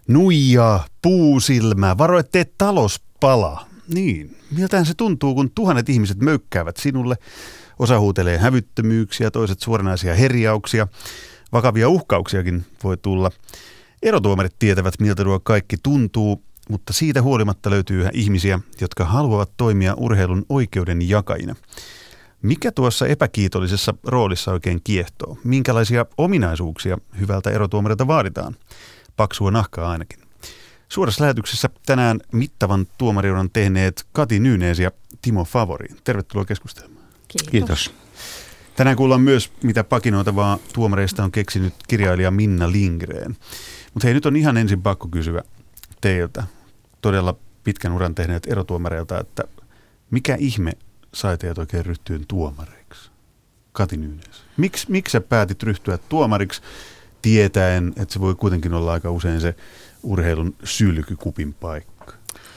Nuijaa, puusilmää, varo ettei talos pala. Niin, miltähän se tuntuu, kun tuhannet ihmiset möykkäävät sinulle. Osa huutelee hävyttömyyksiä, toiset suoranaisia herjauksia. Vakavia uhkauksiakin voi tulla. Erotuomarit tietävät, miltä tuo kaikki tuntuu, mutta siitä huolimatta löytyy yhä ihmisiä, jotka haluavat toimia urheilun oikeuden jakajina. Mikä tuossa epäkiitollisessa roolissa oikein kiehtoo? Minkälaisia ominaisuuksia hyvältä erotuomarilta vaaditaan? Paksua nahkaa ainakin. Suorassa lähetyksessä tänään mittavan tuomariuran tehneet Kati Nyynes ja Timo Favori. Tervetuloa keskustelemaan. Kiitos. Tänään kuullaan myös, mitä pakinoitavaa tuomareista on keksinyt kirjailija Minna Lindgren. Mutta hei, nyt on ihan ensin pakko kysyä teiltä, todella pitkän uran tehneet erotuomareilta, että mikä ihme sai teidät oikein ryhtyyn tuomareiksi? Kati Nyynes. Miksi sä päätit ryhtyä tuomariksi tietäen, että se voi kuitenkin olla aika usein se urheilun sylkykupin paikka?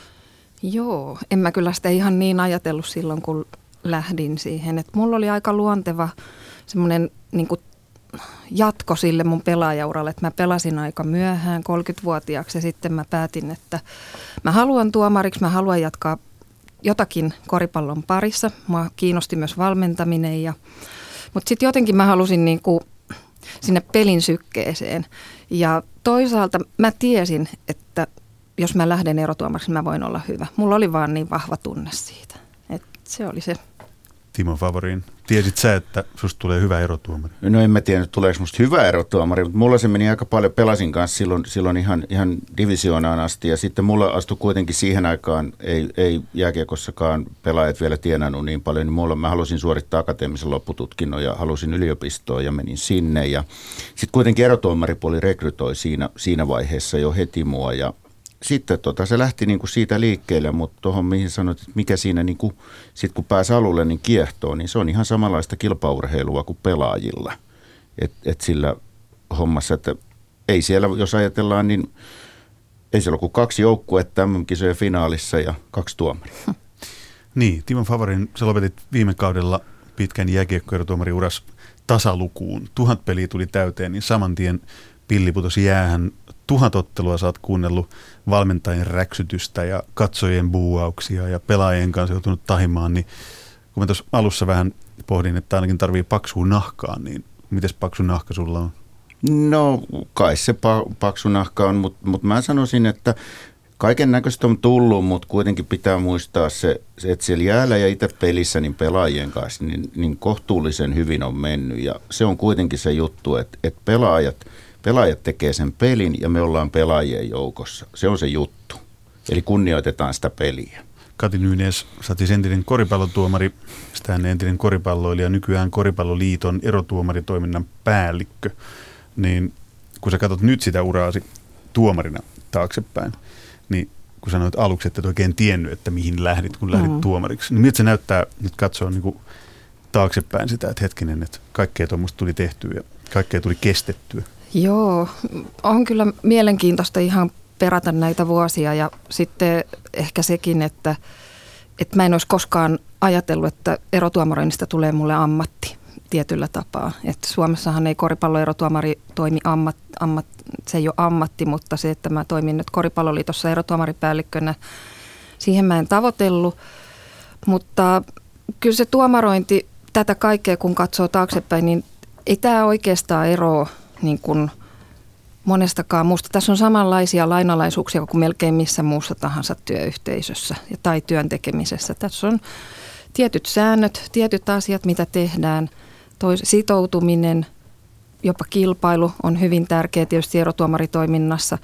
Joo, en mä kyllä sitä ihan niin ajatellut silloin, kun lähdin siihen. Et mulla oli aika luonteva semmoinen niin kuin jatko sille mun pelaajauralle, että mä pelasin aika myöhään 30-vuotiaaksi ja sitten mä päätin, että mä haluan tuomariksi, mä haluan jatkaa jotakin koripallon parissa. Mua kiinnosti myös valmentaminen, mutta sitten jotenkin mä halusin niin kuin sinne pelin sykkeeseen. Ja toisaalta mä tiesin, että jos mä lähden erotuomariksi, mä voin olla hyvä. Mulla oli vaan niin vahva tunne siitä. Että se oli se. Timo Favorin, tiesit sä, että susta tulee hyvä erotuomari? No en mä tiedä, tuleeko musta hyvä erotuomari, mutta mulla se meni aika paljon. Pelasin kanssa silloin ihan divisioonaan asti ja sitten mulla astui kuitenkin siihen aikaan, ei jääkiekossakaan pelaajat vielä tienannut niin paljon, niin mä halusin suorittaa akateemisen loppututkinnon ja halusin yliopistoon ja menin sinne. Ja sitten kuitenkin erotuomaripuoli rekrytoi siinä vaiheessa jo heti mua ja sitten se lähti niinku siitä liikkeelle, mutta tuohon mihin sanoit, että mikä siinä niinku, sit kun pääsi alulle niin kiehtoo, niin se on ihan samanlaista kilpaurheilua kuin pelaajilla. Et sillä hommassa, että ei siellä, jos ajatellaan, niin ei siellä ole kuin 2 joukkuetta MM-kisojen finaalissa ja 2 tuomaria. Niin, Timo Favorin, sä lopetit viime kaudella pitkän jääkiekkoerotuomariuras tasalukuun. 1000 peliä tuli täyteen, niin saman tien pilli putosi jäähän. 1000 ottelua sä oot kuunnellut valmentajien räksytystä ja katsojien buuauksia ja pelaajien kanssa joutunut tahimaan, niin kun mä tuossa alussa vähän pohdin, että ainakin tarvii paksua nahkaa, niin mites paksu nahka sulla on? No kai se paksu nahka on, mutta mä sanoisin, että kaiken näköistä on tullut, mutta kuitenkin pitää muistaa se, että siellä jäällä ja itse pelissä niin pelaajien kanssa niin kohtuullisen hyvin on mennyt ja se on kuitenkin se juttu, että pelaajat tekee sen pelin ja me ollaan pelaajien joukossa. Se on se juttu. Eli kunnioitetaan sitä peliä. Kati Nyynes, sä oot entinen koripallotuomari, sitä entinen koripalloilija, nykyään Koripalloliiton erotuomaritoiminnan päällikkö. Niin kun sä katsot nyt sitä uraasi tuomarina taaksepäin, niin kun sanoit aluksi, että et oikein tiennyt, että mihin lähdit, kun lähdit tuomariksi, niin miltä se näyttää nyt katsoa niin kuin taaksepäin sitä, että hetkinen, että kaikkea tuommoista tuli tehtyä ja kaikkea tuli kestettyä? Joo, on kyllä mielenkiintoista ihan perata näitä vuosia ja sitten ehkä sekin, että mä en olisi koskaan ajatellut, että erotuomaroinnista tulee mulle ammatti tietyllä tapaa. Että Suomessahan ei koripalloerotuomari toimi se ei ole ammatti, mutta se, että mä toimin nyt Koripalloliitossa erotuomaripäällikkönä, siihen mä en tavoitellut. Mutta kyllä se tuomarointi, tätä kaikkea kun katsoo taaksepäin, niin ei tämä oikeastaan eroa niin kuin monestakaan muusta. Tässä on samanlaisia lainalaisuuksia kuin melkein missä muussa tahansa työyhteisössä tai työn tekemisessä. Tässä on tietyt säännöt, tietyt asiat, mitä tehdään. Sitoutuminen, jopa kilpailu on hyvin tärkeä tietysti erotuomaritoiminnassa.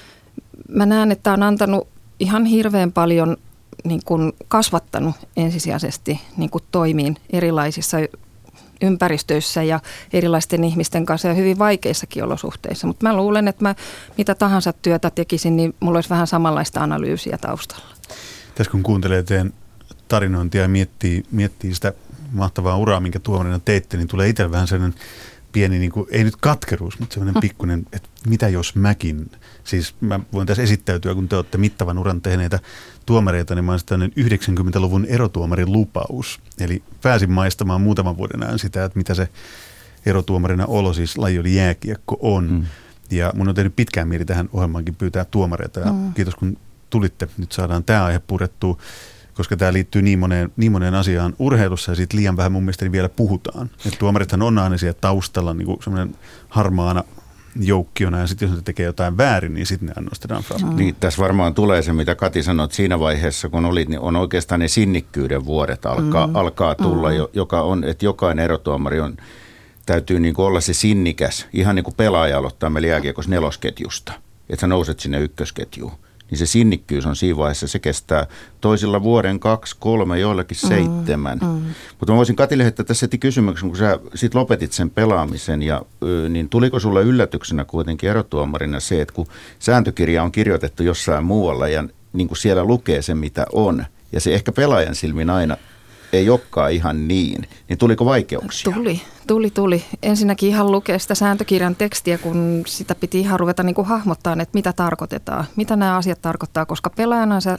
Mä näen, että on antanut ihan hirveän paljon, niin kuin kasvattanut ensisijaisesti niin kuin toimiin erilaisissa ympäristöissä ja erilaisten ihmisten kanssa ja hyvin vaikeissakin olosuhteissa. Mutta mä luulen, että mä mitä tahansa työtä tekisin, niin mulla olisi vähän samanlaista analyysiä taustalla. Tässä kun kuuntelee teidän tarinointia ja miettii sitä mahtavaa uraa, minkä tuomarina teitte, niin tulee itsellä vähän sellainen pieni, niin kuin, ei nyt katkeruus, mutta sellainen pikkuinen, että mitä jos mäkin. Siis mä voin tässä esittäytyä, kun te olette mittavan uran tehneitä tuomareita, niin mä olen tällainen 90-luvun erotuomarin lupaus. Eli pääsin maistamaan muutaman vuoden ajan sitä, että mitä se erotuomarina olo, siis laji oli jääkiekko, on. Ja mun on tehnyt pitkään mieli tähän ohjelmaankin pyytää tuomareita. Ja kiitos kun tulitte. Nyt saadaan tämä aihe purettua, koska tämä liittyy niin moneen asiaan urheilussa ja siitä liian vähän mun mielestä vielä puhutaan. Et tuomarithan on aina siellä taustalla niin semmoinen harmaana joukkiona ja sitten jos ne tekee jotain väärin, niin sitten ne nostetaan fram. Niin, tässä varmaan tulee se, mitä Kati sanoi, että siinä vaiheessa, kun olit, niin on oikeastaan ne sinnikkyyden vuodet alkaa tulla, joka on, että jokainen erotuomari täytyy niin kuin olla se sinnikäs, ihan niin kuin pelaaja aloittaa meillä jääkiekossa nelosketjusta, että sä nouset sinne ykkösketjuun. Niin se sinnikkyys on siinä vaiheessa, se kestää toisilla vuoden, 2, 3, joillakin 7. Mutta mä voisin Katille heittää tässä heti kysymyksen, kun sä sit lopetit sen pelaamisen, niin tuliko sulle yllätyksenä kuitenkin erotuomarina se, että kun sääntökirja on kirjoitettu jossain muualla ja niin kuin siellä lukee se, mitä on, ja se ehkä pelaajan silmin aina ei olekaan ihan niin tuliko vaikeuksia? Tuli. Ensinnäkin ihan lukea sitä sääntökirjan tekstiä, kun sitä piti ihan ruveta niin kuin hahmottaa, että mitä tarkoitetaan, mitä nämä asiat tarkoittaa, koska pelaajana sä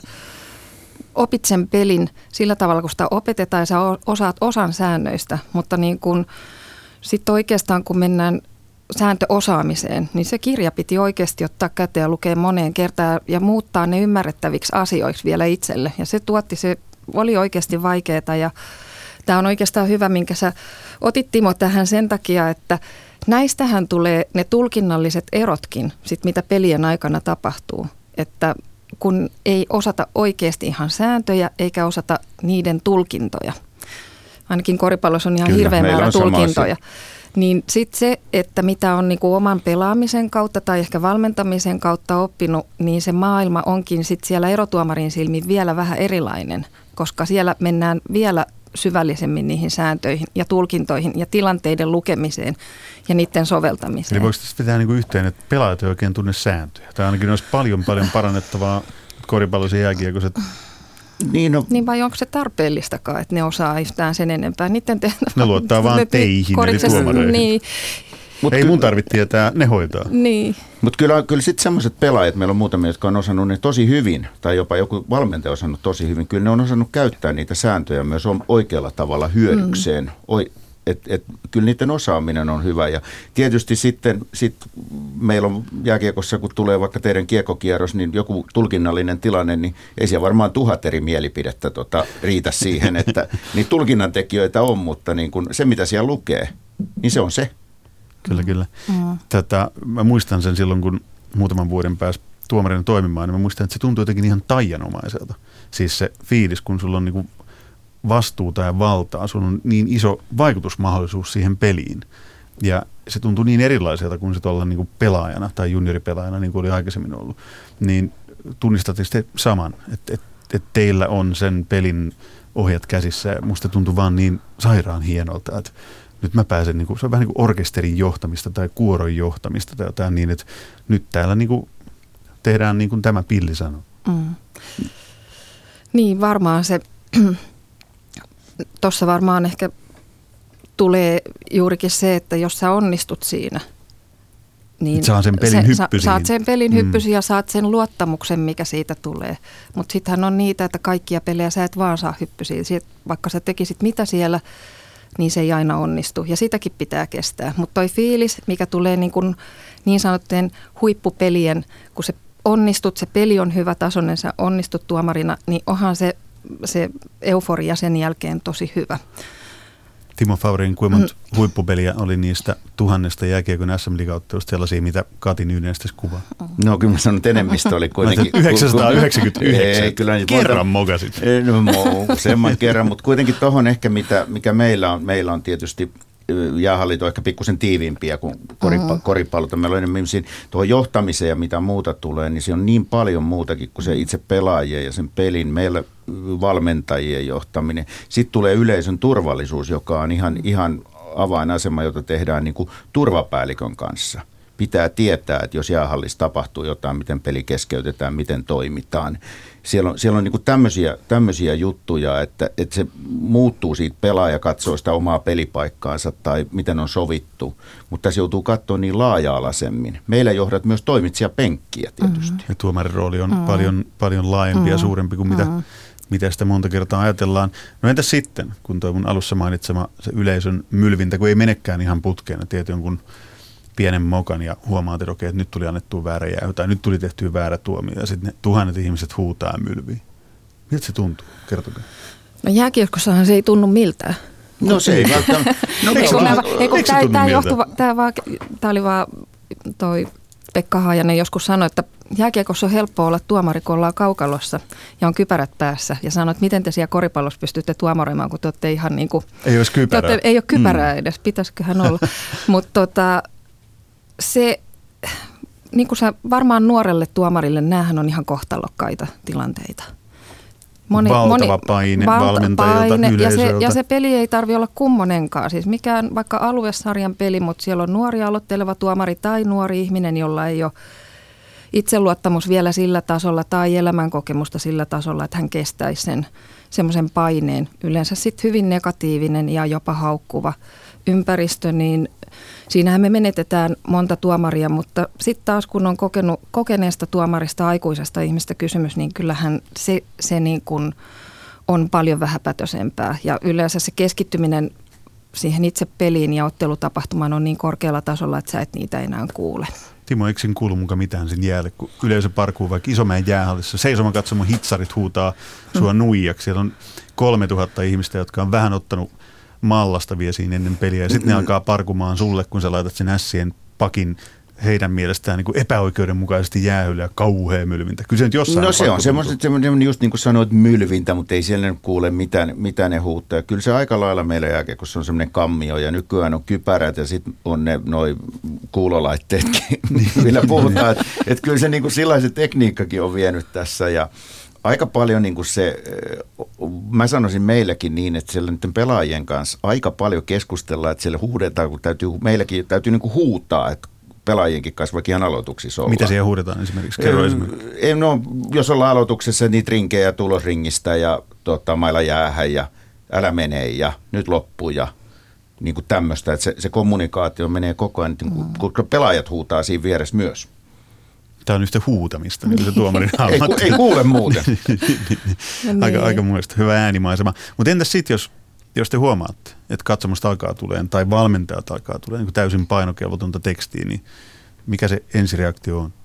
opit sen pelin sillä tavalla, kun sitä opetetaan ja sä osaat osan säännöistä, mutta niin kun sitten oikeastaan kun mennään sääntöosaamiseen, niin se kirja piti oikeasti ottaa käteen ja lukea moneen kertaan ja muuttaa ne ymmärrettäviksi asioiksi vielä itselle ja se oli oikeasti vaikeaa ja tämä on oikeastaan hyvä, minkä sä otit Timo tähän sen takia, että näistähän tulee ne tulkinnalliset erotkin, sit mitä pelien aikana tapahtuu. Että kun ei osata oikeasti ihan sääntöjä eikä osata niiden tulkintoja. Ainakin koripallossa on ihan hirveän määrä tulkintoja. Niin sitten se, että mitä on niinku oman pelaamisen kautta tai ehkä valmentamisen kautta oppinut, niin se maailma onkin sitten siellä erotuomarin silmin vielä vähän erilainen, koska siellä mennään vielä syvällisemmin niihin sääntöihin ja tulkintoihin ja tilanteiden lukemiseen ja niiden soveltamiseen. Eli voiko tässä vetää niinku yhteen, että pelaajat ei oikein tunne sääntöjä? Tai ainakin olisi paljon parannettavaa koripalloisen jääkiekossa. Niin vai onko se tarpeellistakaan, että ne osaa yhtään sen enempää? Ne luottaa vaan teihin, eli tuomareihin. Niin. Ei mun tarvitse tietää, ne hoitaa. Niin. Mutta kyllä sitten semmoiset pelaajat, meillä on muutamia, jotka on osannut ne tosi hyvin, tai jopa joku valmentaja on osannut tosi hyvin, kyllä ne on osannut käyttää niitä sääntöjä myös oikealla tavalla hyödykseen. Kyllä niiden osaaminen on hyvä ja tietysti sitten meillä on jääkiekossa, kun tulee vaikka teidän kiekkokierros, niin joku tulkinnallinen tilanne, niin ei siellä varmaan 1000 eri mielipidettä riitä siihen, että niitä tulkinnantekijöitä on, mutta niin kun se mitä siellä lukee, niin se on se. Kyllä. Mä muistan sen silloin, kun muutaman vuoden pääsi tuomarina toimimaan, niin mä muistan, että se tuntui jotenkin ihan taianomaiselta. Siis se fiilis, kun sulla on niinku vastuuta ja valtaa, sulla on niin iso vaikutusmahdollisuus siihen peliin. Ja se tuntui niin erilaiselta kuin se olla niinku pelaajana tai junioripelaajana, niin kuin oli aikaisemmin ollut. Niin tunnistatte sitten saman, että teillä on sen pelin ohjat käsissä ja musta tuntui vaan niin sairaan hienolta, että nyt mä pääsen, niinku, se on vähän niin kuin orkesterin johtamista tai kuoron johtamista tai jotain niin, että nyt täällä niinku tehdään niin kuin tämä Pilli sanoo. Niin, varmaan se, tuossa varmaan ehkä tulee juurikin se, että jos sä onnistut siinä, niin saa sen pelin hyppysiin. Saat sen pelin hyppysiin ja saat sen luottamuksen, mikä siitä tulee. Mutta sittenhän on niitä, että kaikkia pelejä sä et vaan saa hyppysiin. Vaikka sä tekisit mitä siellä, niin se ei aina onnistu. Ja sitäkin pitää kestää. Mutta toi fiilis, mikä tulee niin sanottujen huippupelien, kun se onnistut, se peli on hyvä tasoinen, sä onnistut tuomarina, niin onhan se euforia sen jälkeen tosi hyvä. Timo Faurin, kuinka monta huippupeliä oli niistä 1000 jääkiekon SM-liigaottelusta sellaisia, mitä Kati Nyynästäs kuvaa? No kyllä mä sanon, että enemmistö oli kuitenkin 999. Kerran mokasit. Useamman kerran, mutta kuitenkin tuohon ehkä, mikä meillä on tietysti jäähallit on ehkä pikkusen tiiviimpiä kuin koripallot. Meillä on enemmän tuohon johtamiseen ja mitä muuta tulee, niin se on niin paljon muutakin kuin se itse pelaajien ja sen pelin. Meillä valmentajien johtaminen. Sitten tulee yleisön turvallisuus, joka on ihan avainasema, jota tehdään niin kuin turvapäällikön kanssa. Pitää tietää, että jos jäähallissa tapahtuu jotain, miten peli keskeytetään, miten toimitaan. Siellä on niin kuin tämmöisiä juttuja, että se muuttuu siitä, pelaaja katsoo sitä omaa pelipaikkaansa tai miten on sovittu, mutta tässä joutuu katsoa niin laaja-alaisemmin. Meillä johdat myös toimitsijapenkkiä tietysti. Ja tuomarin rooli on paljon laajempi ja suurempi kuin mitä sitä monta kertaa ajatellaan. No entäs sitten, kun tuo mun alussa mainitsema se yleisön mylvintä, kun ei menekään ihan putkeen, että jonkun pienen mokan ja huomaat, että okei, että nyt tuli annettua väärä jäähy tai nyt tuli tehtyä väärä tuomio ja sitten ne tuhannet ihmiset huutaa ja mylvii. Miltä se tuntuu? Kertokaa. No jääkiekkossahan se ei tunnu miltään. No se ei välttämättä. Tämä oli vaan toi Pekka Haajanen joskus sanoi, että jääkiekossa on helppo olla tuomari, kun ollaan kaukalossa ja on kypärät päässä. Ja sanoi, että miten te siellä koripallossa pystytte tuomaroimaan, kun te olette ihan niin kuin... Ei olisi kypärää. Ei ole kypärää edes, pitäisiköhän olla. Mutta se, niin kuin sä varmaan nuorelle tuomarille, näähän on ihan kohtalokkaita tilanteita. Valtava paine valmentajilta, yleisöltä. Ja se peli ei tarvitse olla kummonenkaan. Siis mikään vaikka aluesarjan peli, mutta siellä on nuori aloitteleva tuomari tai nuori ihminen, jolla ei ole itseluottamus vielä sillä tasolla tai elämänkokemusta sillä tasolla, että hän kestäisi sen semmoisen paineen. Yleensä sitten hyvin negatiivinen ja jopa haukkuva ympäristö, niin siinähän me menetetään monta tuomaria, mutta sitten taas kun on kokeneesta tuomarista, aikuisesta ihmistä kysymys, niin kyllähän se niin kuin on paljon vähäpätösempää. Ja yleensä se keskittyminen siihen itse peliin ja ottelutapahtumaan on niin korkealla tasolla, että sä et niitä enää kuule. Timo, eikö siinä kuulu mukaan mitään sen jäälle, kun yleisö parkuu vaikka Isomäen jäähallissa, seisomakatsomo hitsarit huutaa sua nuijaksi. Siellä on 3000 ihmistä, jotka on vähän ottanut mallasta vielä siinä ennen peliä ja sitten ne alkaa parkumaan sulle, kun sä laitat sen ässien pakin heidän mielestään niin kuin epäoikeudenmukaisesti jäähylle ja kauhea mylvintä. Kyllä se nyt jossain... No se on semmoinen just niin kuin sanoit mylvintä, mutta ei siellä kuule mitä ne huuttaa. Kyllä se aika lailla meillä jääkiekossa on semmoinen kammio ja nykyään on kypärät ja sitten on ne noi kuulolaitteetkin, millä puhutaan. Että kyllä se niin kuin sellainen tekniikkakin on vienyt tässä ja aika paljon niin kuin se, mä sanoisin meilläkin niin, että siellä nyt pelaajien kanssa aika paljon keskustellaan, että siellä huudetaan, kun meilläkin täytyy niin kuin huutaa, että pelaajienkin kanssa vaikka ihan aloituksissa ollaan. Mitä siellä huudetaan esimerkiksi? Kerro esimerkiksi. No, jos ollaan aloituksessa, niitä rinkejä tulosringistä ja mailla jäähän ja älä mene ja nyt loppuu ja niin kuin tämmöistä, että se kommunikaatio menee koko ajan, kun pelaajat huutaa siinä vieressä myös. Tämä on yhtä huutamista, niin kuin se tuomarin ammatti. Ei kuule muuten. Aika muista. Hyvä äänimaisema. Mutta entäs sitten, jos te huomaatte, että katsomusta alkaa tulemaan tai valmentajat alkaa tulemaan niin täysin painokelvotonta tekstiä, niin mikä se ensireaktio on?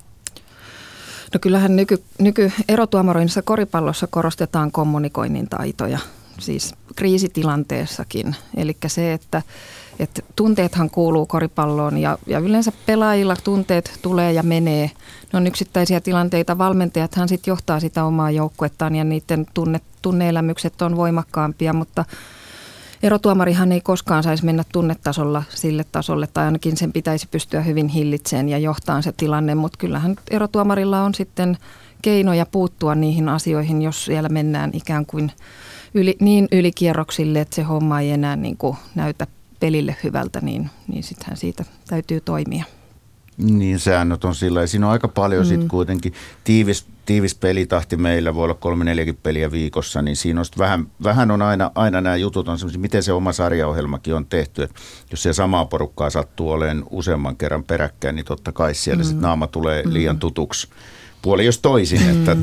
No kyllähän erotuomaroinnissa koripallossa korostetaan kommunikoinnin taitoja, siis kriisitilanteessakin. Eli se, että tunteethan kuuluu koripalloon ja yleensä pelaajilla tunteet tulee ja menee. Ne on yksittäisiä tilanteita. Valmentajathan sitten johtaa sitä omaa joukkuettaan ja niiden tunneelämykset on voimakkaampia, mutta erotuomarihan ei koskaan saisi mennä tunnetasolla sille tasolle, tai ainakin sen pitäisi pystyä hyvin hillitseen ja johtaan se tilanne, mutta kyllähän erotuomarilla on sitten keinoja puuttua niihin asioihin, jos siellä mennään ikään kuin niin ylikierroksille, että se homma ei enää niin kuin näytä pelille hyvältä, niin sittenhän siitä täytyy toimia. Niin, säännöt on sillä. Ja siinä on aika paljon sitten kuitenkin tiivis pelitahti meillä, voi olla 3-4 peliä viikossa, niin siinä on vähän on aina nämä jutut on semmoisia, miten se oma sarjaohjelmakin on tehty. Et jos se samaa porukkaa sattuu olemaan useamman kerran peräkkäin, niin totta kai siellä sitten naama tulee liian tutuksi. Puoli jos toisin,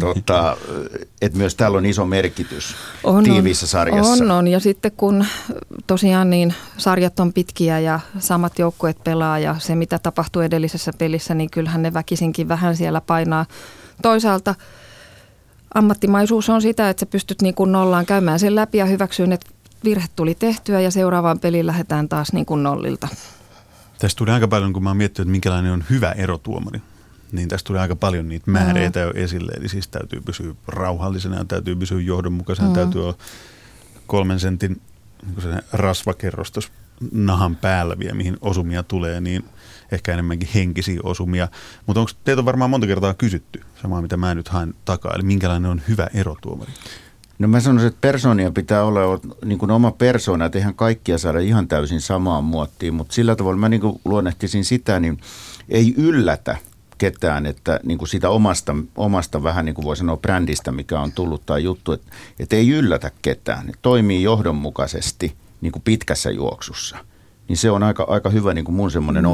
että myös täällä on iso merkitys tiiviissä sarjassa. On. Ja sitten kun tosiaan niin sarjat on pitkiä ja samat joukkueet pelaa ja se mitä tapahtuu edellisessä pelissä, niin kyllähän ne väkisinkin vähän siellä painaa. Toisaalta ammattimaisuus on sitä, että sä pystyt niin kuin nollaan käymään sen läpi ja hyväksyyn, että virhe tuli tehtyä ja seuraavaan peliin lähdetään taas niin kuin nollilta. Tästä tuli aika paljon, kun mä oon miettinyt, että minkälainen on hyvä erotuomari. Niin tästä tulee aika paljon niitä määreitä jo esille, eli siis täytyy pysyä rauhallisena, täytyy pysyä johdonmukaisena, täytyy olla 3 sentin niin rasvakerros tuossa nahan päällä vielä, mihin osumia tulee, niin ehkä enemmänkin henkisiä osumia. Mutta onko teitä on varmaan monta kertaa kysytty, samaa mitä mä nyt haen takaa, eli minkälainen on hyvä erotuomari? No mä sanoisin, että persoonia pitää olla niin kuin oma persoona, että eihän kaikkia saada ihan täysin samaan muottiin, mutta sillä tavalla mä niin kuin luonnehtisin sitä, niin ei yllätä ketään, että niin kuin sitä omasta vähän niin kuin voi sanoa brändistä, mikä on tullut tai juttu, että ei yllätä ketään. Ne toimii johdonmukaisesti niin kuin pitkässä juoksussa. Niin se on aika hyvä niin kuin mun semmoinen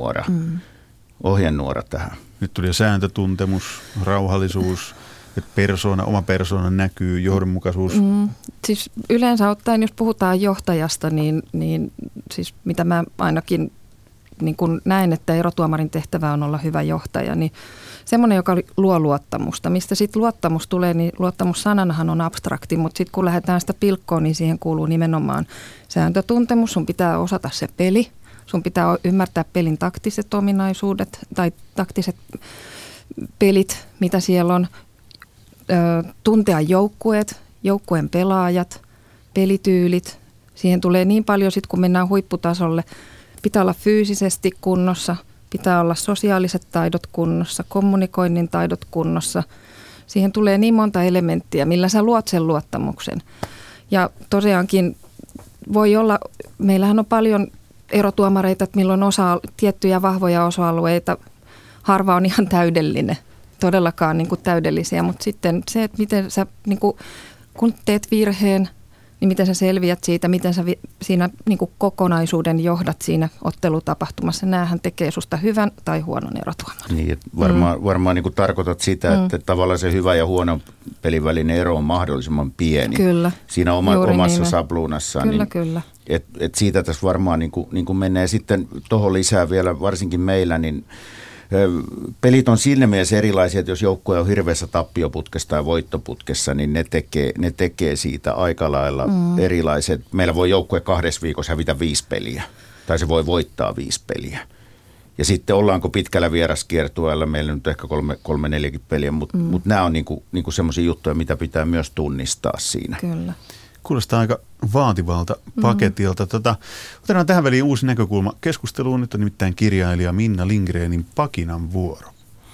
ohjenuora tähän. Nyt tuli sääntötuntemus, rauhallisuus, että oma persoona näkyy, johdonmukaisuus. Siis yleensä ottaen, jos puhutaan johtajasta, niin siis mitä mä ainakin niin kun näen, että erotuomarin tehtävä on olla hyvä johtaja, niin semmoinen, joka luo luottamusta. Mistä sitten luottamus tulee, niin luottamussananahan on abstrakti, mutta sitten kun lähdetään sitä pilkkoon, niin siihen kuuluu nimenomaan sääntötuntemus. Sun pitää osata se peli, sun pitää ymmärtää pelin taktiset ominaisuudet tai taktiset pelit, mitä siellä on, tuntea joukkueet, joukkueen pelaajat, pelityylit. Siihen tulee niin paljon sitten, kun mennään huipputasolle. Pitää olla fyysisesti kunnossa, pitää olla sosiaaliset taidot kunnossa, kommunikoinnin taidot kunnossa. Siihen tulee niin monta elementtiä, millä sä luot sen luottamuksen. Ja tosiaankin voi olla, meillähän on paljon erotuomareita, että milloin tiettyjä vahvoja osa-alueita, harva on ihan täydellinen, todellakaan niin kuin täydellisiä, mutta sitten se, että miten sä, niin kuin, kun teet virheen, niin miten sä selviät siitä, miten sä siinä niin kuin kokonaisuuden johdat siinä ottelutapahtumassa. Näähän tekee susta hyvän tai huonon erotuomarin. Niin, varmaan niin kuin tarkoitat sitä, että tavallaan se hyvä ja huono pelin välinen ero on mahdollisimman pieni. Kyllä. Siinä omassa niin sabluunassaan. Kyllä, niin, kyllä. Et siitä tässä varmaan niin kuin menee. Sitten tuohon lisää vielä, varsinkin meillä, niin pelit on siinä mielessä erilaisia, että jos joukkue on hirveässä tappioputkessa tai voittoputkessa, niin ne tekee siitä aika lailla erilaiset. Meillä voi joukkue 2 viikossa hävitä 5 peliä, tai se voi voittaa 5 peliä. Ja sitten ollaanko pitkällä vieraskiertueella, meillä nyt ehkä 3-4 peliä, mutta nämä on niinku semmoisia juttuja, mitä pitää myös tunnistaa siinä. Kyllä. Kuulostaa aika vaativalta paketilta. Otetaan tähän väliin uusi näkökulma keskusteluun. Nyt on nimittäin kirjailija Minna Lindgrenin Pakinan vuoro.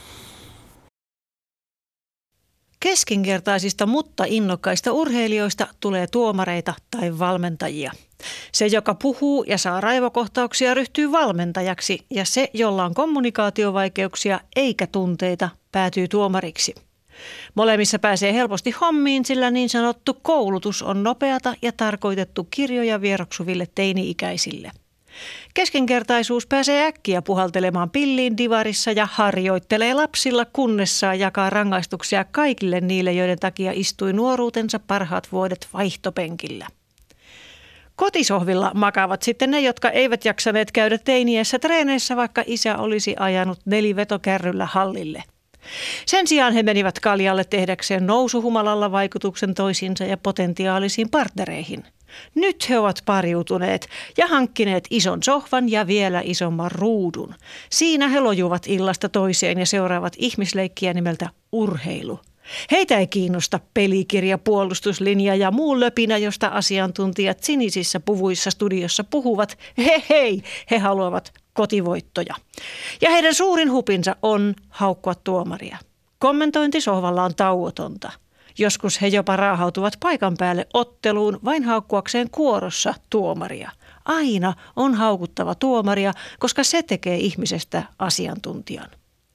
Keskinkertaisista, mutta innokkaista urheilijoista tulee tuomareita tai valmentajia. Se, joka puhuu ja saa raivokohtauksia, ryhtyy valmentajaksi, ja se, jolla on kommunikaatiovaikeuksia eikä tunteita, päätyy tuomariksi. Molemmissa pääsee helposti hommiin, sillä niin sanottu koulutus on nopeata ja tarkoitettu kirjoja vieroksuville teini-ikäisille. Keskinkertaisuus pääsee äkkiä puhaltelemaan pilliin divarissa ja harjoittelee lapsilla, kunnes saa jakaa rangaistuksia kaikille niille, joiden takia istui nuoruutensa parhaat vuodet vaihtopenkillä. Kotisohvilla makaavat sitten ne, jotka eivät jaksaneet käydä teiniässä treeneissä, vaikka isä olisi ajanut 4-vetokärryllä hallille. Sen sijaan he menivät kaljalle tehdäkseen nousuhumalalla vaikutuksen toisiinsa ja potentiaalisiin partnereihin. Nyt he ovat pariutuneet ja hankkineet ison sohvan ja vielä isomman ruudun. Siinä he lojuvat illasta toiseen ja seuraavat ihmisleikkiä nimeltä urheilu. Heitä ei kiinnosta pelikirja, puolustuslinja ja muu löpinä, josta asiantuntijat sinisissä puvuissa studiossa puhuvat. Hei, he haluavat kotivoittoja. Ja heidän suurin hupinsa on haukkua tuomaria. Kommentointi sohvalla on tauotonta. Joskus he jopa raahautuvat paikan päälle otteluun vain haukkuakseen kuorossa tuomaria. Aina on haukuttava tuomaria, koska se tekee ihmisestä asiantuntijan.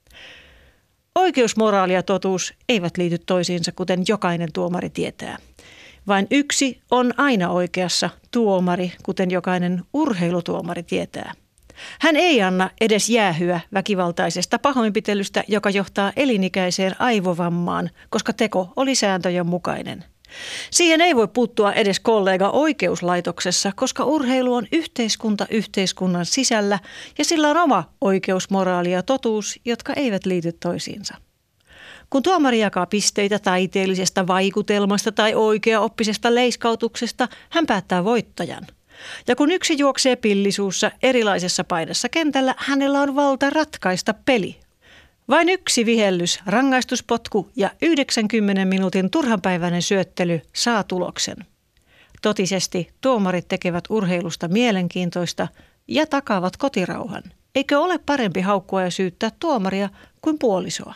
Oikeus, moraali ja totuus eivät liity toisiinsa, kuten jokainen tuomari tietää. Vain yksi on aina oikeassa, tuomari, kuten jokainen urheilutuomari tietää. Hän ei anna edes jäähyä väkivaltaisesta pahoinpitelystä, joka johtaa elinikäiseen aivovammaan, koska teko oli sääntöjen mukainen. Siihen ei voi puuttua edes kollega oikeuslaitoksessa, koska urheilu on yhteiskunta yhteiskunnan sisällä ja sillä on oma oikeus, moraali ja totuus, jotka eivät liity toisiinsa. Kun tuomari jakaa pisteitä taiteellisesta vaikutelmasta tai oikeaoppisesta leiskautuksesta, hän päättää voittajan. Ja kun yksi juoksee pillisuussa erilaisessa paidassa kentällä, hänellä on valta ratkaista peli. Vain yksi vihellys, rangaistuspotku ja 90 minuutin turhanpäiväinen syöttely saa tuloksen. Totisesti tuomarit tekevät urheilusta mielenkiintoista ja takaavat kotirauhan. Eikö ole parempi haukkua ja syyttää tuomaria kuin puolisoa?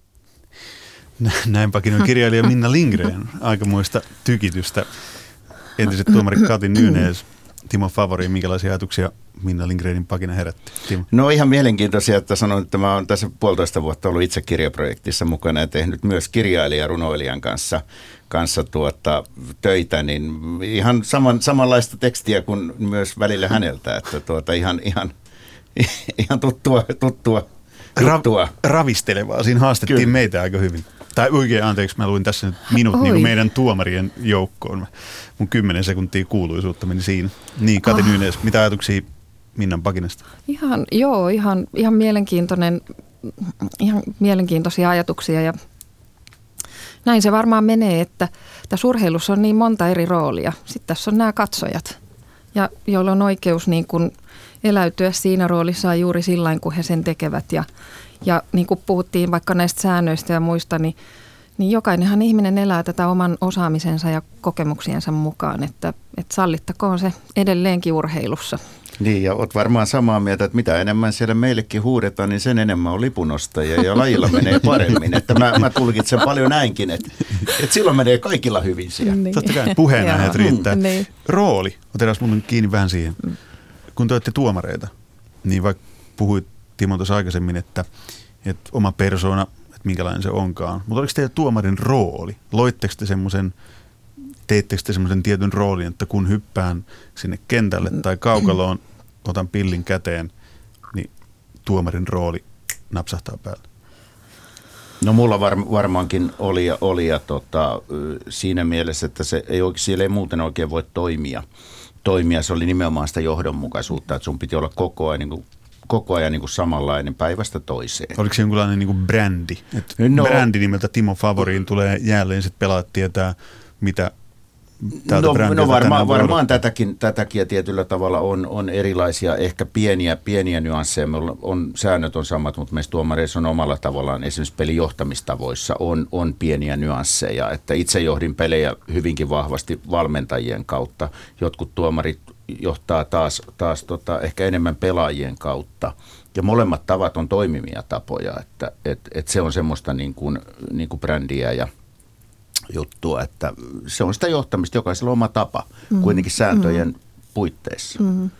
Näinpäkin on kirjailija Minna Lindgren aikamoista tykitystä. Entiset tuomarit Kati Nynes, Timo Favori, minkälaisia ajatuksia Minna Lindgrenin Pakina herätti? Timo. No ihan mielenkiintoisia, että sanon, että mä oon tässä 1,5 vuotta ollut itse kirjaprojektissa mukana ja tehnyt myös kirjailijan, runoilijan kanssa töitä, niin ihan samanlaista tekstiä kuin myös välillä häneltä, että ihan tuttua. Ravistelevaa. Siinä haastettiin Kyllä. meitä aika hyvin. Tai oikein, anteeksi, mä luin tässä nyt minut niin kuin meidän tuomarien joukkoon. Mun 10 sekuntia kuuluisuutta meni siinä. Niin, Kati Nynes, mitä ajatuksia Minnan pakinasta? Ihan mielenkiintoisia ajatuksia ja näin se varmaan menee, että tässä urheilussa on niin monta eri roolia. Sitten tässä on nämä katsojat, joilla on oikeus niin kuin eläytyä siinä roolissa juuri sillain, kun he sen tekevät. Ja niin kuin puhuttiin vaikka näistä säännöistä ja muista, niin jokainenhan ihminen elää tätä oman osaamisensa ja kokemuksiensa mukaan, että sallittakoon se edelleenkin urheilussa. Niin, ja olet varmaan samaa mieltä, että mitä enemmän siellä meillekin huudetaan, niin sen enemmän on lipunostajia ja lajilla menee paremmin. Että mä tulkitsen paljon näinkin, että silloin menee kaikilla hyvin siellä. Niin. Totta kai puheenaiheet riittää. Niin. Rooli, otetaan mun kiinni vähän siihen. Kun te olette tuomareita, niin vaikka puhuit Timo tuossa aikaisemmin, että oma persoona, että minkälainen se onkaan. Mutta oliko teillä tuomarin rooli? Loitteko te teettekö te semmoisen tietyn roolin, että kun hyppään sinne kentälle tai kaukaloon, otan pillin käteen, niin tuomarin rooli napsahtaa päälle? No mulla varmaankin oli ja siinä mielessä, että siellä ei muuten oikein voi toimia. Se oli nimenomaan sitä johdonmukaisuutta, että sun piti olla koko ajan niin kuin samanlainen päivästä toiseen. Oliko se jonkinlainen niin kuin brändi? Brändi nimeltä Timo Favoriin tulee jälleen, sitten pelaat tietää, mitä tältä brändiltä varmaan tätäkin ja tietyllä tavalla on erilaisia, ehkä pieniä nyansseja. Säännöt on samat, mutta meistä tuomareissa on omalla tavallaan, esimerkiksi pelijohtamistavoissa on pieniä nyansseja. Että itse johdin pelejä hyvinkin vahvasti valmentajien kautta. Jotkut tuomarit johtaa taas ehkä enemmän pelaajien kautta. Ja molemmat tavat on toimivia tapoja, että se on semmoista niin kuin brändiä ja juttua, että se on sitä johtamista, jokaisella on oma tapa, kuitenkin sääntöjen puitteissa.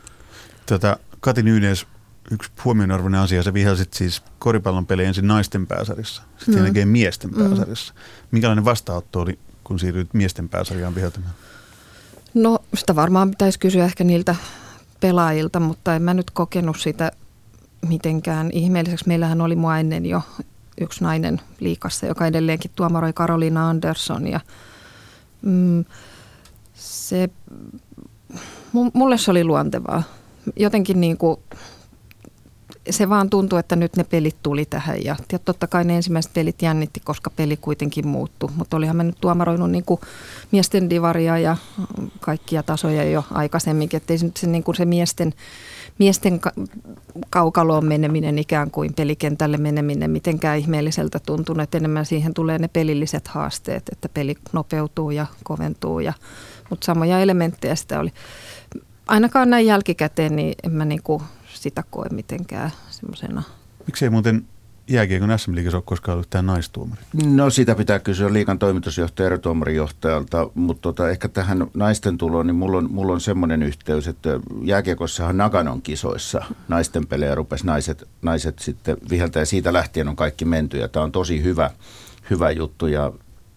Kati Nyynes, yksi huomionarvoinen asia, sä vihelsit siis koripallon pelejä ensin naisten pääsarjassa, sitten sen jälkeen miesten pääsarjassa. Minkälainen vastaanotto oli, kun siirryit miesten pääsarjaan viheltämään? No sitä varmaan pitäisi kysyä ehkä niiltä pelaajilta, mutta en mä nyt kokenut sitä mitenkään ihmeelliseksi. Meillähän oli mua ennen jo yksi nainen liigassa, joka edelleenkin tuomaroi, Karoliina Andersson. Ja, mulle se oli luontevaa. Jotenkin niin kuin, se vaan tuntui, että nyt ne pelit tuli tähän. Ja totta kai ne ensimmäiset pelit jännitti, koska peli kuitenkin muuttui. Mutta olihan me nyt tuomaroinut niin kuin miesten divaria ja kaikkia tasoja jo aikaisemminkin. Että ei se, niin kuin se miesten kaukaloon meneminen, ikään kuin pelikentälle meneminen mitenkään ihmeelliseltä tuntunut, että enemmän siihen tulee ne pelilliset haasteet, että peli nopeutuu ja koventuu, mutta samoja elementtejä sitä oli. Ainakaan näin jälkikäteen, niin en mä niinku sitä koe mitenkään semmoisena. Miksei muuten jääkiekon SM-liigassa ole koskaan ollut tämä naistuomari? No sitä pitää kysyä liigan toimitusjohtaja, erotuomarijohtajalta, mutta ehkä tähän naisten tuloon, niin mulla on semmoinen yhteys, että jääkiekossahan Naganon kisoissa naisten pelejä rupesi naiset sitten viheltä ja siitä lähtien on kaikki menty ja tämä on tosi hyvä juttu ja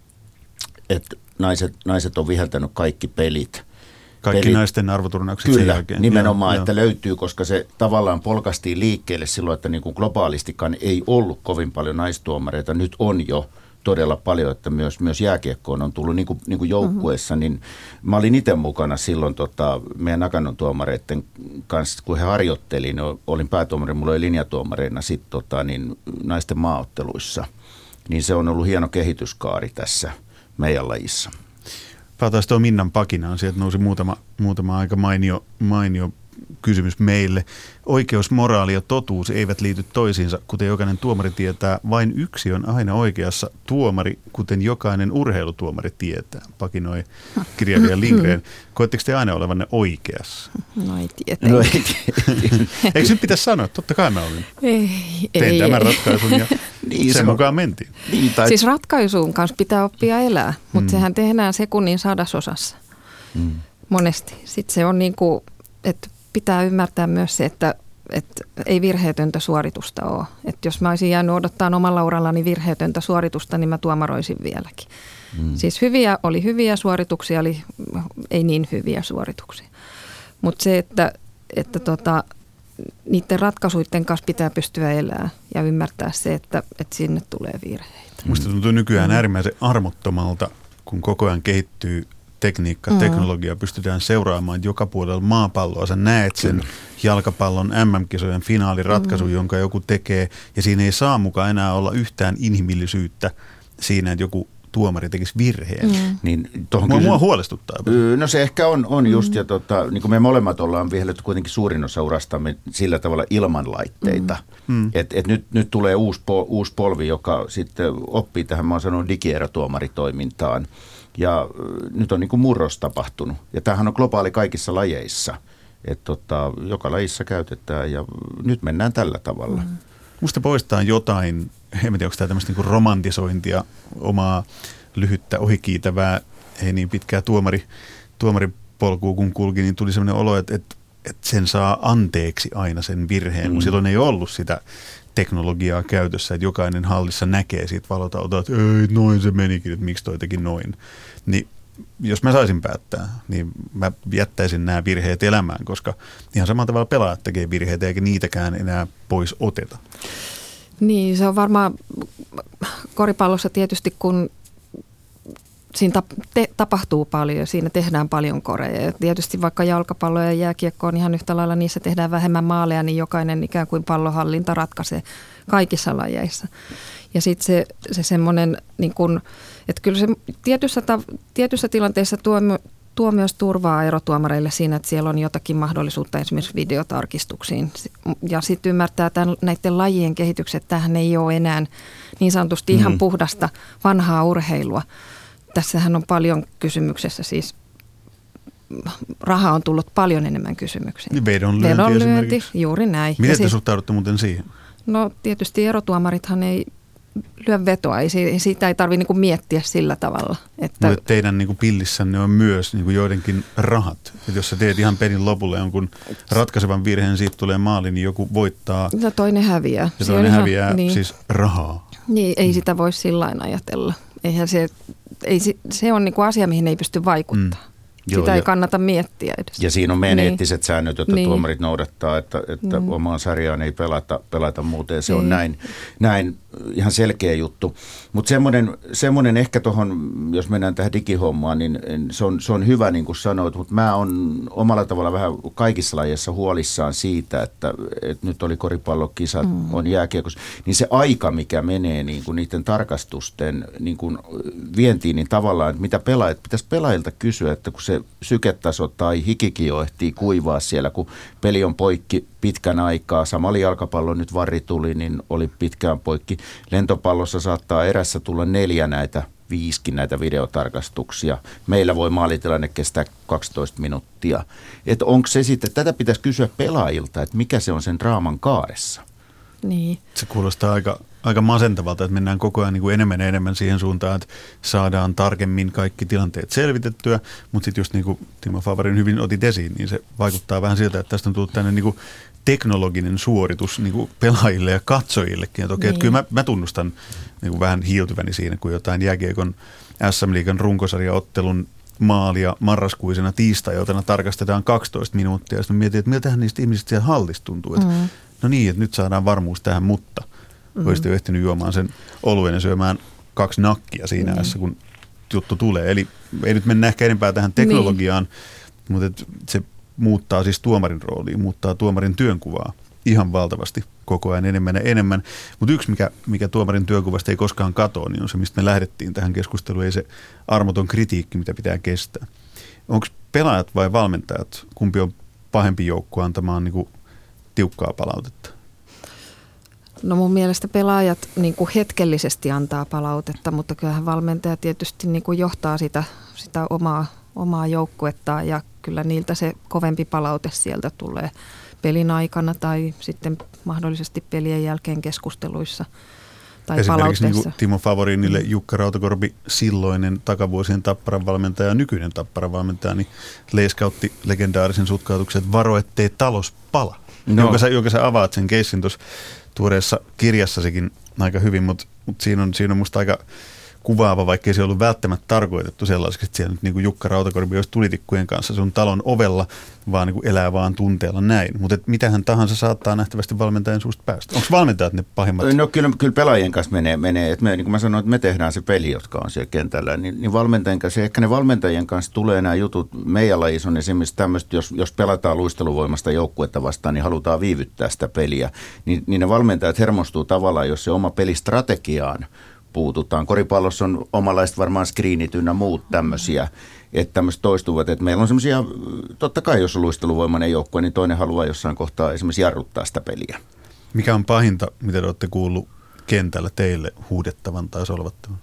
että naiset on viheltänyt kaikki pelit. Kaikki naisten arvoturnaukset sen jälkeen. Nimenomaan, että löytyy, koska se tavallaan polkastiin liikkeelle silloin, että niin kuin globaalistikaan ei ollut kovin paljon naistuomareita. Nyt on jo todella paljon, että myös jääkiekkoon on tullut niin kuin joukkueessa. Niin mä olin itse mukana silloin meidän Naganon tuomareiden kanssa, kun he harjoitteli, niin olin päätuomari, mulla oli linjatuomareina sitten niin naisten maaotteluissa. Niin se on ollut hieno kehityskaari tässä meidän lajissa. Palataan tuo Minnan pakinaan. Sieltä nousi muutama aika mainio kysymys meille. Oikeus, moraali ja totuus eivät liity toisiinsa, kuten jokainen tuomari tietää. Vain yksi on aina oikeassa, tuomari, kuten jokainen urheilutuomari tietää. Pakinoi kirjailija Lindgren. Koetteko te aina olevanne oikeassa? No ei tietenkään. Eikö nyt pitäisi sanoa? Totta kai mä olin. Tein tämän ratkaisun ja sen mukaan mentiin. Siis ratkaisuun kanssa pitää oppia elää, mutta sehän tehdään sekunnin sadasosassa monesti. Sitten se on niin kuin, että pitää ymmärtää myös se, että ei virheetöntä suoritusta ole. Että jos mä olisin jäänyt odottaa omalla urallani virheetöntä suoritusta, niin mä tuomaroisin vieläkin. Siis oli hyviä suorituksia, ei niin hyviä suorituksia. Mutta se, että niiden ratkaisuiden kanssa pitää pystyä elämään ja ymmärtää se, että sinne tulee virheitä. Musta tuntuu nykyään äärimmäisen armottomalta, kun koko ajan kehittyy teknologiaa pystytään seuraamaan joka puolella maapalloa. Sä näet sen jalkapallon MM-kisojen finaaliratkaisun, jonka joku tekee, ja siinä ei saa mukaan enää olla yhtään inhimillisyyttä siinä, että joku tuomari tekisi virheen. Niin, mua huolestuttaa. No se ehkä on just, ja niin kuin me molemmat ollaan vihelletty kuitenkin suurin osa urastamme sillä tavalla ilman laitteita. Et nyt tulee uusi polvi, joka sitten oppii tähän, mä oon sanonut, digierotuomaritoimintaan. Ja nyt on niin kuin murros tapahtunut. Ja tämähän on globaali kaikissa lajeissa. Että joka lajissa käytetään, ja nyt mennään tällä tavalla. Musta poistaa jotain, en tiedä, onko tämä tämmöistä niin kuin romantisointia, omaa lyhyttä ohikiitävää, ei niin pitkää tuomaripolkua kun kulki, niin tuli semmoinen olo, että sen saa anteeksi aina sen virheen, kun silloin ei ollut sitä teknologiaa käytössä, että jokainen hallissa näkee siitä valotautaa, että ei, noin se menikin, että miksi toi teki noin. Niin jos mä saisin päättää, niin mä jättäisin nämä virheet elämään, koska ihan samalla tavalla pelaajat tekee virheitä, eikä niitäkään enää pois oteta. Niin, se on varmaan koripallossa tietysti, kun siinä tapahtuu paljon ja siinä tehdään paljon koreja. Ja tietysti vaikka jalkapallo ja jääkiekko on ihan yhtä lailla, niissä tehdään vähemmän maaleja, niin jokainen ikään kuin pallohallinta ratkaisee kaikissa lajeissa. Ja sitten se semmoinen, niin kun, että kyllä se tietyssä tilanteessa tuo myös turvaa erotuomareille siinä, että siellä on jotakin mahdollisuutta esimerkiksi videotarkistuksiin. Ja sitten ymmärtää näiden lajien kehitykset, että tämähän ei ole enää niin sanotusti ihan puhdasta vanhaa urheilua. Tässähän on paljon kysymyksessä, siis raha on tullut paljon enemmän kysymyksiin. Vedonlyönti juuri näin. Miten te suhtaudutte muuten siihen? No tietysti erotuomarithan ei lyö vetoa, siitä ei tarvitse niinku miettiä sillä tavalla. Että mutta teidän niinku pillissänne on myös niinku joidenkin rahat. Et jos sä teet ihan pelin lopulle jonkun ratkaisevan virheen, siitä tulee maali, niin joku voittaa. Ja toinen häviää. Ja toinen häviää niin. Siis rahaa. Niin, ei sitä voi sillain ajatella. Se on niinku asia, mihin ei pysty vaikuttamaan. Sitä ei kannata miettiä edes. Ja siinä on meidän eettiset säännöt, joita tuomarit noudattaa, että omaan sarjaan ei pelata muuten. Se on näin ihan selkeä juttu. Mutta semmoinen ehkä tuohon, jos mennään tähän digihommaan, niin se on hyvä niin kuin sanoit, mutta mä oon omalla tavalla vähän kaikissa lajeissa huolissaan siitä, että nyt oli koripallokisat, on jääkiekossa, niin se aika, mikä menee niin kuin niiden tarkastusten niin kuin vientiin, niin tavallaan, että mitä pitäisi pelaajilta kysyä, että kun se syketaso tai hikikin jo ehtii kuivaa siellä, kun peli on poikki pitkän aikaa. Samalla jalkapallo nyt varri tuli, niin oli pitkään poikki. Lentopallossa saattaa erässä tulla 5 näitä videotarkastuksia. Meillä voi maalitilanne kestää 12 minuuttia. Että onko se sitten, tätä pitäisi kysyä pelaajilta, että mikä se on sen draaman kaaressa? Niin. Se kuulostaa aika masentavalta, että mennään koko ajan niin kuin enemmän siihen suuntaan, että saadaan tarkemmin kaikki tilanteet selvitettyä, mutta sitten just niin kuin Timo Favarin hyvin otit esiin, niin se vaikuttaa vähän siltä, että tästä on tullut tämmöinen niin kuin teknologinen suoritus niin kuin pelaajille ja katsojillekin. Että okei, että kyllä mä tunnustan niin kuin vähän hiiltyväni siinä, kun jotain jääkiekon SM-liigan runkosarjaottelun maalia marraskuisena tiistai-iltana tarkastetaan 12 minuuttia, ja sitten mietin, että miltähän niistä ihmisistä siellä hallissa tuntuu, että no niin, että nyt saadaan varmuus tähän, mutta olisit jo ehtinyt juomaan sen oluen ja syömään 2 nakkia siinä ajassa, kun juttu tulee. Eli ei nyt mennä ehkä enempää tähän teknologiaan, mutta se muuttaa siis tuomarin roolia, muuttaa tuomarin työnkuvaa ihan valtavasti koko ajan enemmän. Mutta yksi, mikä tuomarin työnkuvasta ei koskaan katoa, niin on se, mistä me lähdettiin tähän keskusteluun, ei se armoton kritiikki, mitä pitää kestää. Onko pelaajat vai valmentajat, kumpi on pahempi joukko antamaan niin kuin tiukkaa palautetta? No mun mielestä pelaajat niin kuin hetkellisesti antaa palautetta, mutta kyllähän valmentaja tietysti niin kuin johtaa sitä omaa joukkuettaan ja kyllä niiltä se kovempi palaute sieltä tulee pelin aikana tai sitten mahdollisesti pelien jälkeen keskusteluissa tai esimerkiksi palautteessa. Niin kuin Timo Favorinille Jukka Rautakorpi, silloinen takavuosien Tapparan valmentaja ja nykyinen Tapparan valmentaja, niin leiskautti legendaarisen sutkautuksen, että varo, ettei talos pala. No. Jonka sä avaat sen keissin tuossa tuoreessa kirjassasikin aika hyvin, mutta siinä on musta aika kuvaava, vaikkei se ollut välttämättä tarkoitettu sellaiseksi, että siellä nyt niin kuin Jukka Rautakorpi olisi tulitikkujen kanssa sun talon ovella, vaan niin kuin elää vaan tunteella näin. Mutta mitähän tahansa saattaa nähtävästi valmentajan suusta päästä. Onko valmentajat ne pahimmat? No kyllä pelaajien kanssa menee. Että niin kuin mä sanoin, että me tehdään se peli, jotka on siellä kentällä, niin valmentajien kanssa, ehkä ne valmentajien kanssa tulee nämä jutut. Meidän lajissa on esimerkiksi tämmöistä, jos pelataan luisteluvoimasta joukkuetta vastaan, niin halutaan viivyttää sitä peliä. Niin ne valmentajat hermostuu tavallaan, jos se oma pelistrategiaan puututaan. Koripallossa on omanlaista varmaan screenit ynnä muut tämmöisiä, että tämmöiset toistuvat. Että meillä on semmoisia, totta kai jos on luisteluvoimainen joukkue, niin toinen haluaa jossain kohtaa esimerkiksi jarruttaa sitä peliä. Mikä on pahinta, mitä te olette kuullut kentällä teille huudettavan tai solvattavan?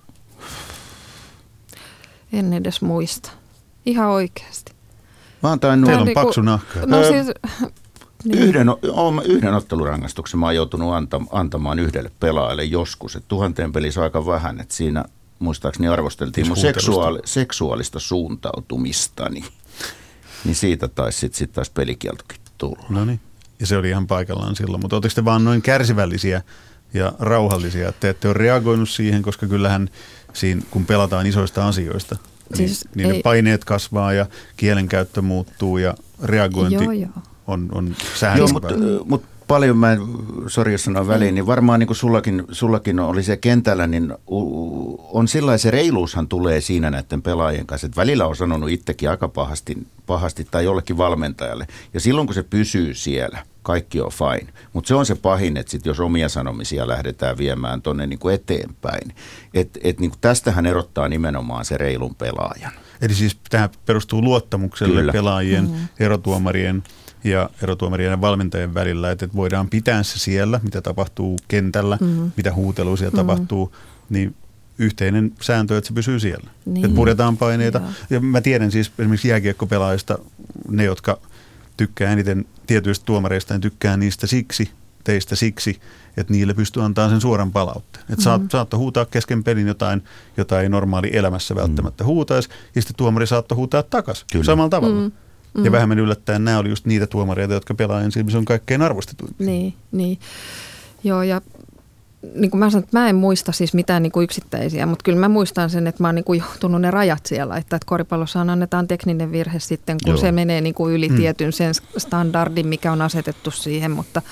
En edes muista. Ihan oikeasti. Mä oon tainnut... Teillä on paksu nahka. No siis... Niin. Yhden ottelurangaistuksen mä oon joutunut antamaan yhdelle pelaajalle joskus. Että 1000 pelissä on aika vähän, että siinä muistaakseni arvosteltiin mun seksuaalista suuntautumistani. Niin siitä taisi pelikieltokin tulla. No niin, ja se oli ihan paikallaan silloin. Mutta ootteko te vaan noin kärsivällisiä ja rauhallisia, että te ette ole reagoinut siihen, koska kyllähän siinä, kun pelataan isoista asioista, siis niin paineet kasvaa ja kielenkäyttö muuttuu ja reagointi on säännöstä. Mutta paljon mä en, sori jos sanon väliin, niin varmaan niin kuin sullakin oli se kentällä, niin on sillä se reiluushan tulee siinä näiden pelaajien kanssa, että välillä on sanonut itsekin aika pahasti tai jollekin valmentajalle. Ja silloin kun se pysyy siellä, kaikki on fine. Mutta se on se pahin, että sit jos omia sanomisia lähdetään viemään tuonne niin kuin eteenpäin, että niin kuin tästähän erottaa nimenomaan se reilun pelaajan. Eli siis tämä perustuu luottamukselle Kyllä. pelaajien, erotuomarien ja erotuomarien ja valmentajien välillä, että voidaan pitää se siellä, mitä tapahtuu kentällä, mitä huutelua siellä tapahtuu, niin yhteinen sääntö, että se pysyy siellä. Niin. Että puretaan paineita. Ja mä tiedän siis esimerkiksi jääkiekkopelaajista, ne jotka tykkää eniten tietyistä tuomareista, niin tykkää niistä teistä siksi, että niille pystyy antamaan sen suoran palautteen. Että saattoi huutaa kesken pelin jota ei normaali elämässä välttämättä huutaisi, ja sitten tuomari saattoi huutaa takaisin samalla tavalla. Ja vähemmän yllättäen nämä oli just niitä tuomareita, jotka pelaajan silmissä on kaikkein arvostetuimpia. Niin. Joo, ja niin kuin mä sanon, että mä en muista siis mitään niin kuin yksittäisiä, mutta kyllä mä muistan sen, että mä oon niin kuin johtunut ne rajat siellä, että koripallossa annetaan tekninen virhe sitten, kun se menee niin kuin yli tietyn sen standardin, mikä on asetettu siihen, mutta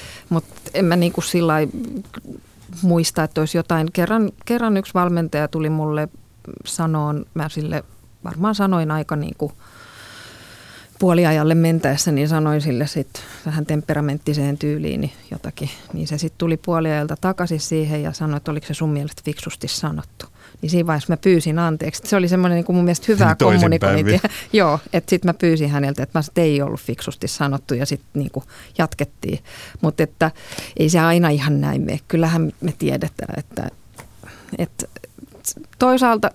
en mä niin kuin sillai muista, että olisi jotain. Kerran yksi valmentaja tuli mulle sanoon, mä sille varmaan sanoin aika niin kuin puoliajalle mentäessä, niin sanoin sille sitten vähän temperamenttiseen tyyliin niin jotakin. Niin se sitten tuli puoliajalta takaisin siihen ja sanoi, että oliko se sun mielestä fiksusti sanottu. Niin siinä vaiheessa mä pyysin anteeksi. Se oli semmoinen niin kuin mun mielestä hyvää kommunikointia. Joo, että sitten mä pyysin häneltä, että ei ollut fiksusti sanottu ja sitten niin kuin jatkettiin. Mutta että ei se aina ihan näin mene. Kyllähän me tiedetään, että toisaalta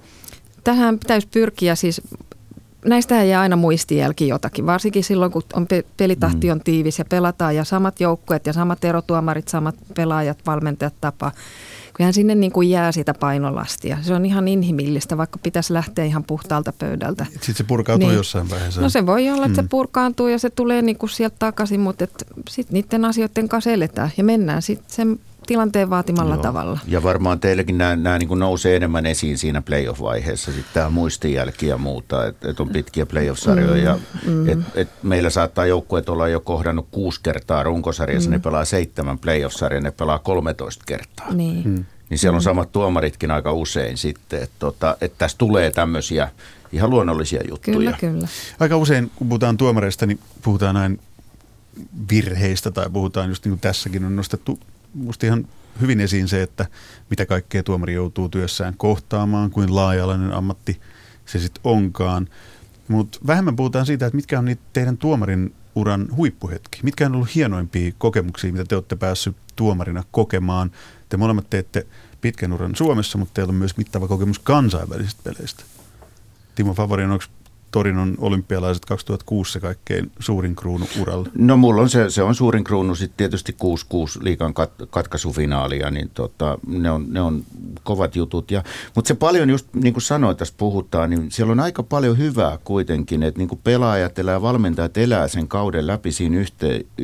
tähän pitäisi pyrkiä siis. Näistähän jää aina muistijälki jotakin, varsinkin silloin, kun pelitahti on tiivis ja pelataan ja samat joukkueet ja samat erotuomarit, samat pelaajat, valmentajat tapaa. Kyllähän sinne niin kuin jää sitä painolastia. Se on ihan inhimillistä, vaikka pitäisi lähteä ihan puhtaalta pöydältä. Sitten se purkautuu jossain vaiheessa. No se voi olla, että se purkaantuu ja se tulee niin kuin sieltä takaisin, mutta sitten niiden asioiden kanssa eletään ja mennään sitten sen tilanteen vaatimalla tavalla. Ja varmaan teillekin nämä niin kuin nousee enemmän esiin siinä playoff-vaiheessa, sitten tämä muistijälki ja muuta, että on pitkiä playoff-sarjoja. Meillä saattaa joukkueet olla jo kohdannut 6 kertaa runkosarjassa, ne pelaa 7 playoff-sarjaa, ne pelaa 13 kertaa. Niin siellä on samat tuomaritkin aika usein sitten, että tässä tulee tämmöisiä ihan luonnollisia juttuja. Kyllä. Aika usein, kun puhutaan tuomareista, niin puhutaan näin virheistä tai puhutaan just niin kuin tässäkin on nostettu musta ihan hyvin esiin se, että mitä kaikkea tuomari joutuu työssään kohtaamaan, kuin laaja-alainen ammatti se sitten onkaan. Mutta vähemmän puhutaan siitä, että mitkä on niitä teidän tuomarin uran huippuhetki. Mitkä on ollut hienoimpia kokemuksia, mitä te olette päässyt tuomarina kokemaan. Te molemmat teette pitkän uran Suomessa, mutta teillä on myös mittava kokemus kansainvälisistä peleistä. Timo Favorin, onko Torinon olympialaiset 2006 se kaikkein suurin kruunu uralla? No mulla on se on suurin kruunu, sitten tietysti 6-6 liigan katkaisufinaalia, niin ne on kovat jutut. Mutta se paljon just niin kuin sanoin, tässä puhutaan, niin siellä on aika paljon hyvää kuitenkin, että niin kuin pelaajat elää, valmentajat elää sen kauden läpi siinä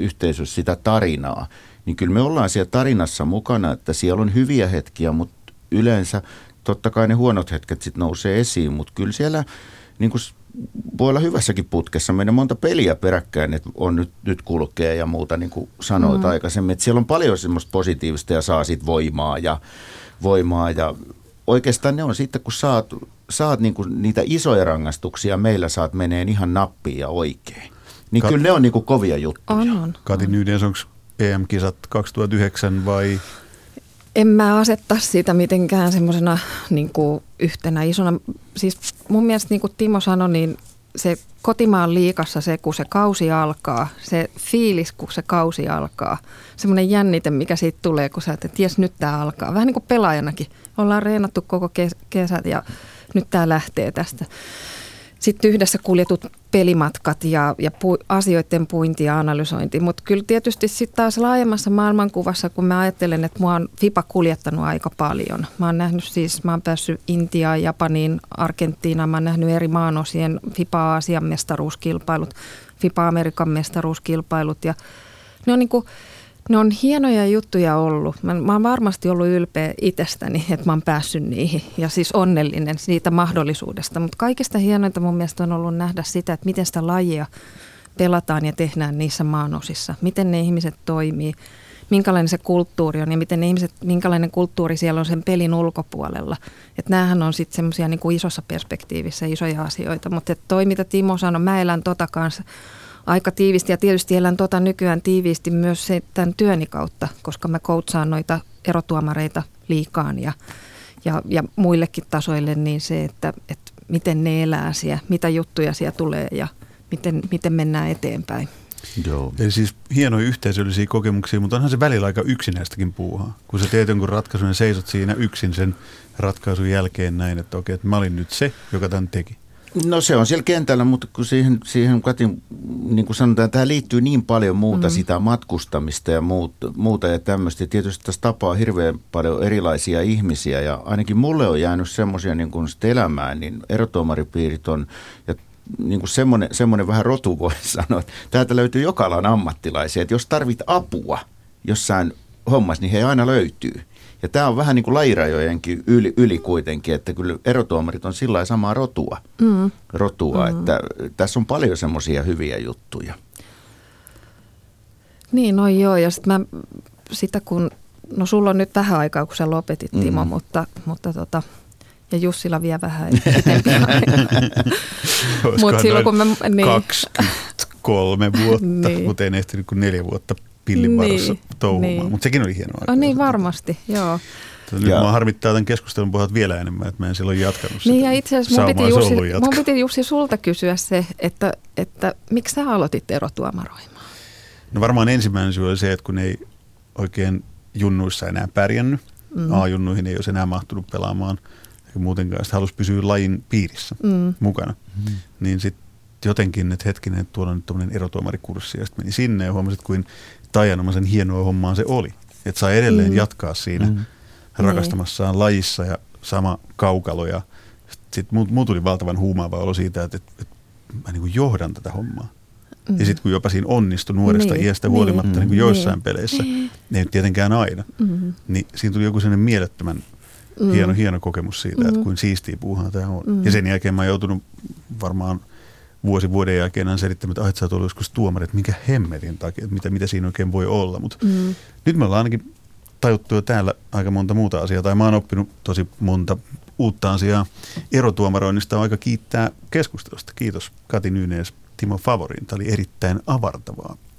yhteisössä sitä tarinaa. Niin kyllä me ollaan siellä tarinassa mukana, että siellä on hyviä hetkiä, mutta yleensä totta kai ne huonot hetket sitten nousee esiin, mutta kyllä siellä niin kuin voi olla hyvässäkin putkessa. Meidän monta peliä peräkkäin, että on nyt kulkee ja muuta, niin kuin sanoit aikaisemmin. Että siellä on paljon semmoista positiivista ja saa sitten voimaa ja oikeastaan ne on sitten, kun saat niin kuin niitä isoja rangaistuksia, meillä saat meneen ihan nappiin ja oikein. Niin kyllä ne on niin kuin kovia juttuja. On. Kati Nyynes, onko EM-kisat 2009 vai? En mä asettaa sitä mitenkään semmoisena niin kuin yhtenä isona. Siis mun mielestä niin kuin Timo sanoi, niin se kotimaan liigassa se, kun se kausi alkaa, se fiilis, kun se kausi alkaa, semmoinen jännite, mikä siitä tulee, kun sä et ties, nyt tää alkaa. Vähän niin kuin pelaajanakin. Ollaan reenattu koko kesät ja nyt tää lähtee tästä. Sitten yhdessä kuljetut pelimatkat ja asioiden puinti ja analysointi. Mutta kyllä tietysti sitten taas laajemmassa maailmankuvassa, kun mä ajattelen, että mua on FIBA kuljettanut aika paljon. Mä oon päässyt Intiaan, Japaniin, Argentiinaan. Mä oon nähnyt eri maanosien FIBA-Aasian mestaruuskilpailut, FIBA-Amerikan mestaruuskilpailut. Ja ne on hienoja juttuja ollut. Mä oon varmasti ollut ylpeä itsestäni, että mä oon päässyt niihin ja siis onnellinen siitä mahdollisuudesta. Mutta kaikista hienointa mun mielestä on ollut nähdä sitä, että miten sitä lajia pelataan ja tehdään niissä maanosissa. Miten ne ihmiset toimii, minkälainen se kulttuuri on ja minkälainen kulttuuri siellä on sen pelin ulkopuolella. Että näähän on sitten semmoisia niin kuin isossa perspektiivissä isoja asioita. Mutta toi, mitä Timo sanoi, mä elän kanssa aika tiivisti ja tietysti elän nykyään tiiviisti myös tämän työni kautta, koska mä coachaan noita erotuomareita liigaan ja muillekin tasoille, niin se, että miten ne elää siellä, mitä juttuja siellä tulee ja miten mennään eteenpäin. Joo. Eli siis hienoja yhteisöllisiä kokemuksia, mutta onhan se välillä aika yksinäistäkin puuhaa. Kun sä teet jonkun ratkaisun ja seisot siinä yksin sen ratkaisun jälkeen näin, että okei, että mä olin nyt se, joka tämän teki. No se on siellä kentällä, mutta kun siihen Katin, niin kuin sanotaan, tähän liittyy niin paljon muuta sitä matkustamista ja muuta ja tämmöistä. Ja tietysti tässä tapaa hirveän paljon erilaisia ihmisiä ja ainakin mulle on jäänyt semmoisia niin kuin elämään, niin erotuomaripiirit on ja niin kuin semmoinen vähän rotu voi sanoa, että täältä löytyy joka alan ammattilaisia, että jos tarvit apua jossain hommassa, niin he aina löytyy. Ja tämä on vähän niin kuin lajirajojenkin yli kuitenkin, että kyllä erotuomarit on sillä lailla samaa rotua, että tässä on paljon semmoisia hyviä juttuja. Niin, no joo, ja sitten no sulla on nyt vähän aikaa, kun sä lopetit, Timo, mutta ja Jussilla vie vähän eteenpäin. Mutta silloin kun 23 vuotta, niin. Mutta en ehtinyt kuin 4 vuotta pillin varassa touhumaan, mutta sekin oli hieno aika. Niin varmasti, joo. Nyt mä harmittaa tämän keskustelun pohjalta vielä enemmän, että mä en silloin jatkanut sitä. Niin ja itse asiassa mun piti Jussi sulta kysyä se, että miksi sä aloitit erotuomaroimaan? No varmaan ensimmäinen syy oli se, että kun ei oikein junnuissa enää pärjännyt, A-junnuihin ei olisi enää mahtunut pelaamaan, eikä muutenkaan sitä halusi pysyä lajin piirissä mukana, niin sitten jotenkin, että hetkinen, että tuolla on nyt tämmöinen erotuomarikurssi ja sitten meni sinne ja huomasin, että kuin taianomaisen hienoa hommaa se oli. Että sai edelleen jatkaa siinä rakastamassaan lajissa ja sama kaukalo ja sitten muu tuli valtavan huumaava olo siitä, että mä niin kuin johdan tätä hommaa. Ja sitten kun jopa siinä onnistui nuoresta iästä huolimatta niin kuin joissain peleissä, ei tietenkään aina, niin siinä tuli joku sellainen mielettömän hieno kokemus siitä, että kuin siistiä puuhaa tämä on. Ja sen jälkeen mä oon joutunut varmaan vuoden jälkeen selittämään, että sä oot ollut joskus tuomari, että minkä hemmetin takia, että mitä siinä oikein voi olla. Mutta nyt me ollaan ainakin tajuttu jo täällä aika monta muuta asiaa, tai mä oon oppinut tosi monta uutta asiaa erotuomaroinnista. On aika kiittää keskustelusta. Kiitos Kati Nyynes, Timo Favorin. Tämä oli erittäin avartavaa.